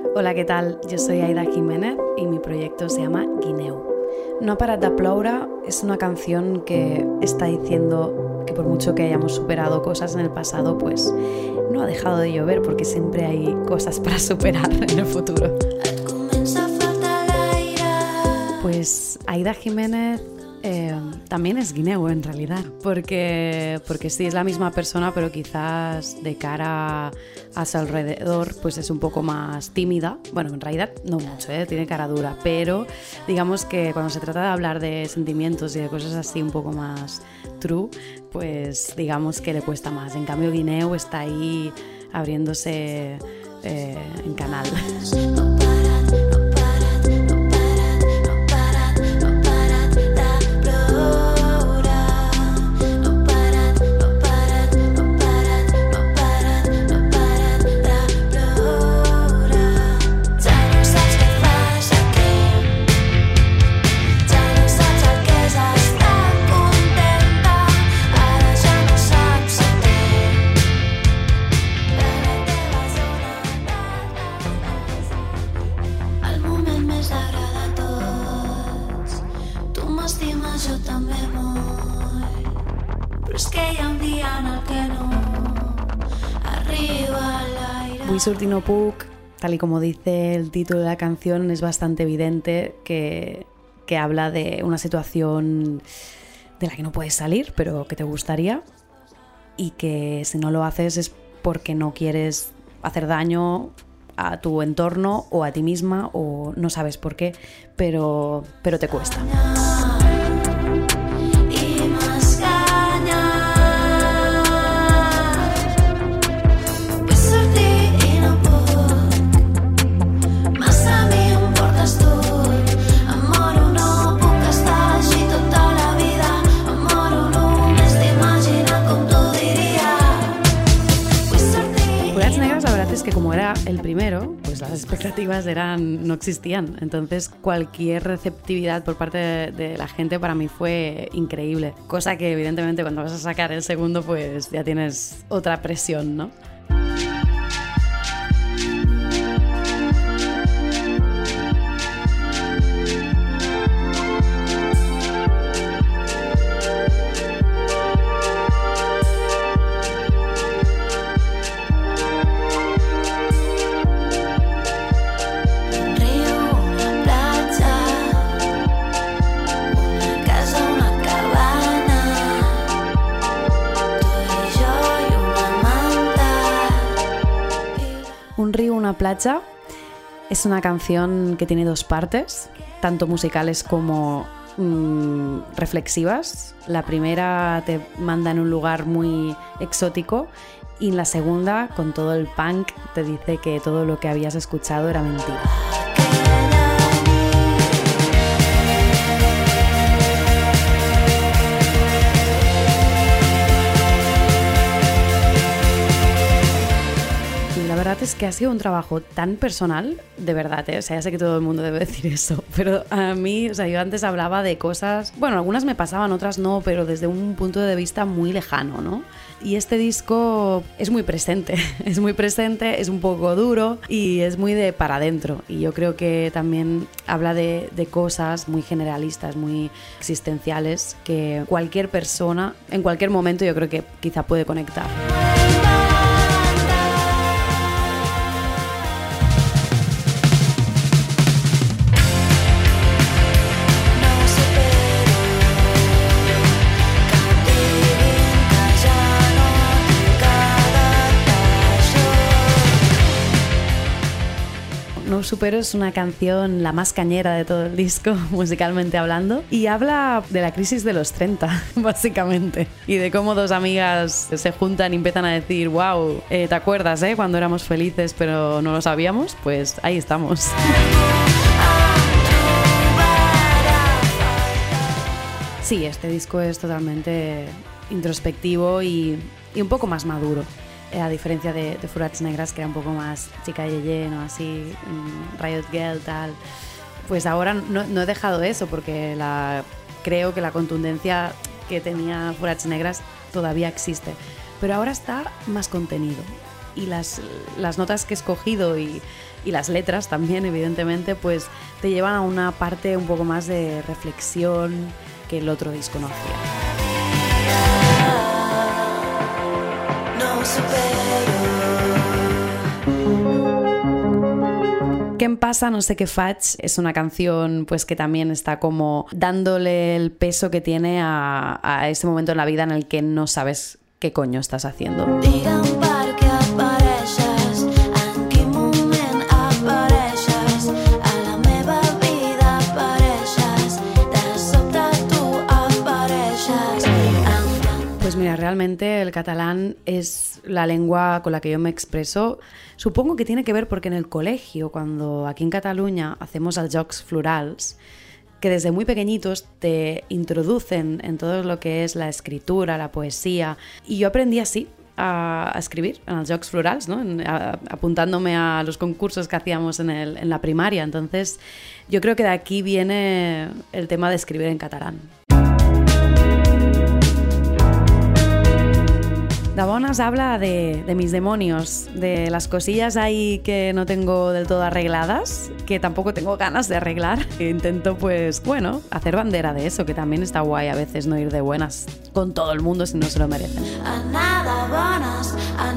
Hola, ¿qué tal? Jo soy Aida Jiménez y mi proyecto se llama Guineu. No ha parat de ploure es una canción que está diciendo que por mucho que hayamos superado cosas en el pasado, pues no ha dejado de llover porque siempre hay cosas para superar en el futuro. Pues Aida Jiménez también es Guineu en realidad, porque sí es la misma persona, pero quizás de cara a su alrededor pues es un poco más tímida. Bueno, en realidad no mucho, tiene cara dura, pero digamos que cuando se trata de hablar de sentimientos y de cosas así un poco más true, pues digamos que le cuesta más. En cambio Guineu está ahí abriéndose en canal. Vull sortir no puc, tal y como dice el título de la canción, es bastante evidente que habla de una situación de la que no puedes salir, pero que te gustaría, y que si no lo haces es porque no quieres hacer daño a tu entorno o a ti misma, o no sabes por qué, pero te cuesta. Que como era el primero, pues las expectativas no existían. Entonces cualquier receptividad por parte de la gente para mí fue increíble. Cosa que evidentemente cuando vas a sacar el segundo pues ya tienes otra presión, ¿no? Un río, una playa es una canción que tiene dos partes, tanto musicales como reflexivas. La primera te manda en un lugar muy exótico y en la segunda, con todo el punk, te dice que todo lo que habías escuchado era mentira. La verdad es que ha sido un trabajo tan personal, de verdad, o sea, ya sé que todo el mundo debe decir eso, pero a mí, o sea, yo antes hablaba de cosas, bueno, algunas me pasaban, otras no, pero desde un punto de vista muy lejano, ¿no? Y este disco es muy presente, es un poco duro y es muy de para adentro, y yo creo que también habla de cosas muy generalistas, muy existenciales, que cualquier persona, en cualquier momento, yo creo que quizá puede conectar. No Supero es una canción la más cañera de todo el disco, musicalmente hablando, y habla de la crisis de los 30, básicamente, y de cómo dos amigas se juntan y empiezan a decir, wow, ¿te acuerdas, cuando éramos felices pero no lo sabíamos? Pues ahí estamos. Sí, este disco es totalmente introspectivo y un poco más maduro. A diferencia de Forats Negres, que era un poco más chica yeye, ¿no? Así, Riot Girl, tal. Pues ahora no he dejado eso porque creo que la contundencia que tenía Forats Negres todavía existe. Pero ahora está más contenido. y las notas que he escogido y las letras también, evidentemente, pues te llevan a una parte un poco más de reflexión que el otro disco no hacía. ¿Qué em passa? No sé qué faig es una canción pues que también está como dándole el peso que tiene a ese momento en la vida en el que no sabes qué coño estás haciendo. Pues mira, realmente el catalán es la lengua con la que yo me expreso. Supongo que tiene que ver porque en el colegio, cuando aquí en Cataluña hacemos els Jocs Florals, que desde muy pequeñitos te introducen en todo lo que es la escritura, la poesía, y yo aprendí así a escribir en els Jocs Florals, ¿no? Apuntándome a los concursos que hacíamos en la primaria. Entonces yo creo que de aquí viene el tema de escribir en catalán. Dabonas habla de mis demonios, de las cosillas ahí que no tengo del todo arregladas, que tampoco tengo ganas de arreglar. Intento, pues, bueno, hacer bandera de eso, que también está guay a veces no ir de buenas con todo el mundo si no se lo merecen. Anada bones,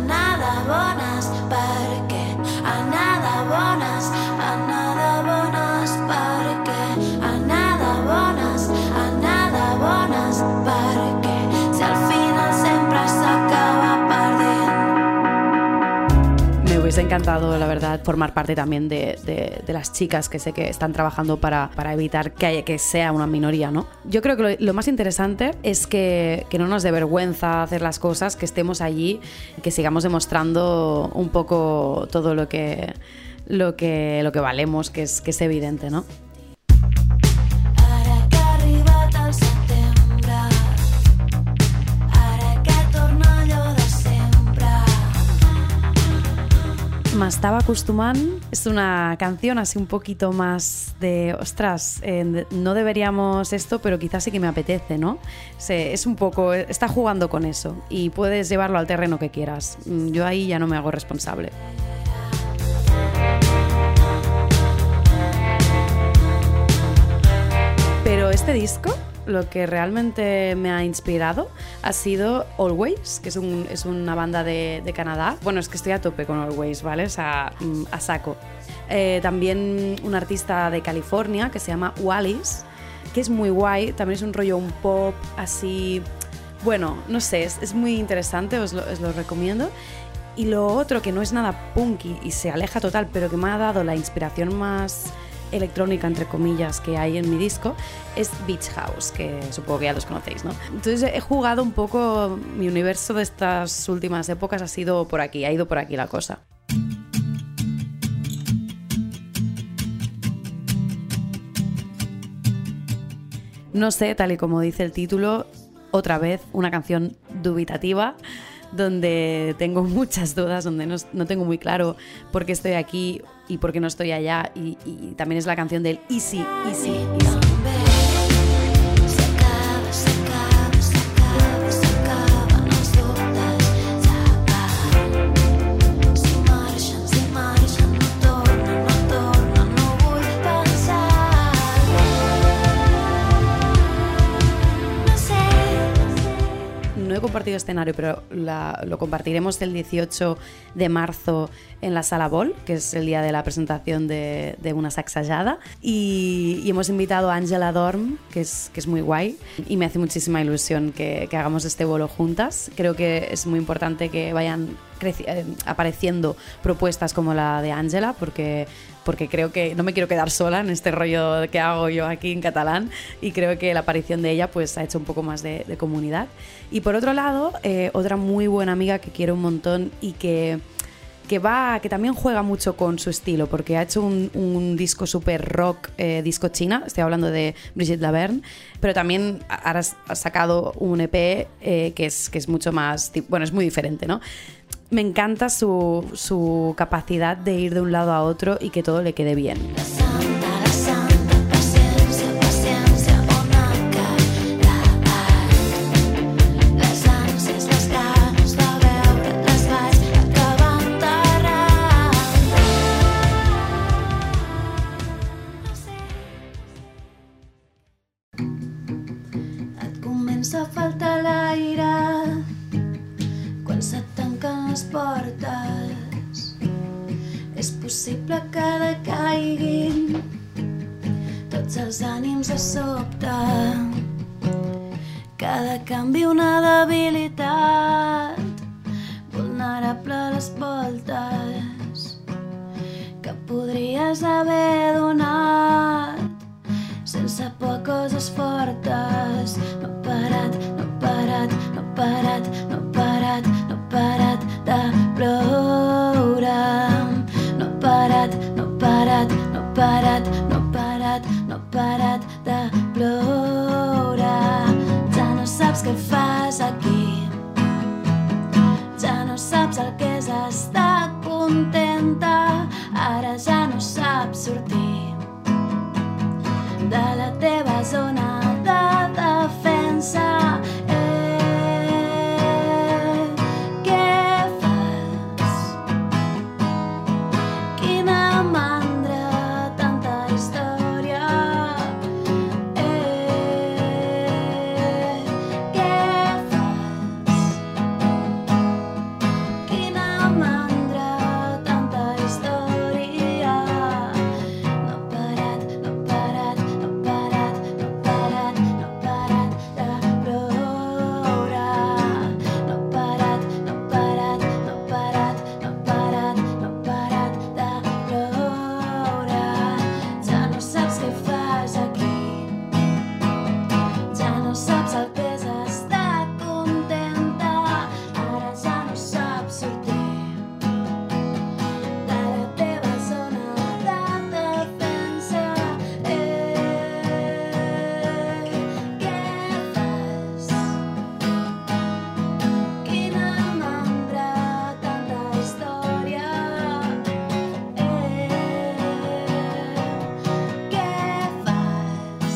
perquè anada bones, perquè anada bones, perquè si al final sempre s'acaba perdent. Me hubiese encantado, la verdad, formar parte también de las chicas que sé que están trabajando para evitar que sea una minoría, ¿no? Yo creo que lo más interesante es que no nos dé vergüenza hacer las cosas, que estemos allí, que sigamos demostrando un poco todo lo que valemos, que es evidente, ¿no? M'estava acostumant es una canción así un poquito más de, ostras, no deberíamos esto, pero quizás sí que me apetece, ¿no? Es un poco, está jugando con eso y puedes llevarlo al terreno que quieras. Yo ahí ya no me hago responsable. Pero este disco, lo que realmente me ha inspirado ha sido Always, que es una banda de Canadá. Bueno, es que estoy a tope con Always, ¿vale? O sea, a saco. También un artista de California que se llama Wallis, que es muy guay. También es un rollo un pop así... Bueno, no sé, es muy interesante, os lo recomiendo. Y lo otro, que no es nada punky y se aleja total, pero que me ha dado la inspiración más electrónica, entre comillas, que hay en mi disco, es Beach House, que supongo que ya los conocéis, ¿no? Entonces he jugado un poco, mi universo de estas últimas épocas ha ido por aquí la cosa. No sé, tal y como dice el título, otra vez una canción dubitativa, donde tengo muchas dudas, donde no tengo muy claro por qué estoy aquí y por qué no estoy allá, y también es la canción del Easy, Easy, Easy. No he compartido escenario, pero lo compartiremos el 18 de marzo en la Sala Bol, que es el día de la presentación de Una sacsejada, y hemos invitado a Àngela Dorm, que es muy guay, y me hace muchísima ilusión que hagamos este bolo juntas. Creo que es muy importante que vayan apareciendo propuestas como la de Àngela, porque creo que no me quiero quedar sola en este rollo que hago yo aquí en catalán, y creo que la aparición de ella pues ha hecho un poco más de comunidad. Y por otro lado, otra muy buena amiga que quiero un montón y que también juega mucho con su estilo, porque ha hecho un disco super rock, disco china, estoy hablando de Brigitte Laverne, pero también ahora ha sacado un EP que es mucho más, bueno, es muy diferente, ¿no? Me encanta su capacidad de ir de un lado a otro y que todo le quede bien. ens fa falta l'aire quan se tanquen les portes. És possible que decaiguin tots els ànims de sobte. Cada canvi una debilitat, vulnerable a les voltes que podries haver donat sense por a coses fortes. No he parat, no he parat, no he parat, no he parat, no he parat de ploure. No he parat, no he parat, no he parat, no he parat, no he parat de ploure. Ja no saps què fas aquí, ja no saps el que és estar contenta, ara ja no saps sortir de la teva zona de defensa. Què fas? Quina mandra, tanta història. Què fas? Quina mandra, tanta història. No he parat, no he parat, no he parat, no he parat, no he parat de ploure. No he parat, no he parat, no he parat, no he parat, no he parat de ploure. Ja no saps què fas aquí, ja no saps el que és estar contenta, ara ja no saps sortir de la teva zona de defensa. Què fas? Quina mandra, tanta història. Què fas?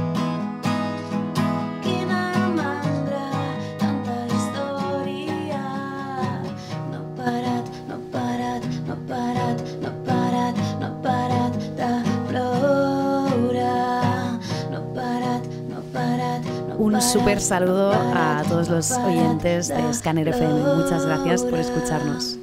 Quina mandra, tanta història. No he parat, no he parat, no he parat, no he parat, no he parat de ploure. No he parat, no he parat, no he Un parat, súper saludo no he a parat, todos no he los parat oyentes de de Scanner FM. Muchas gracias por ploure. escucharnos.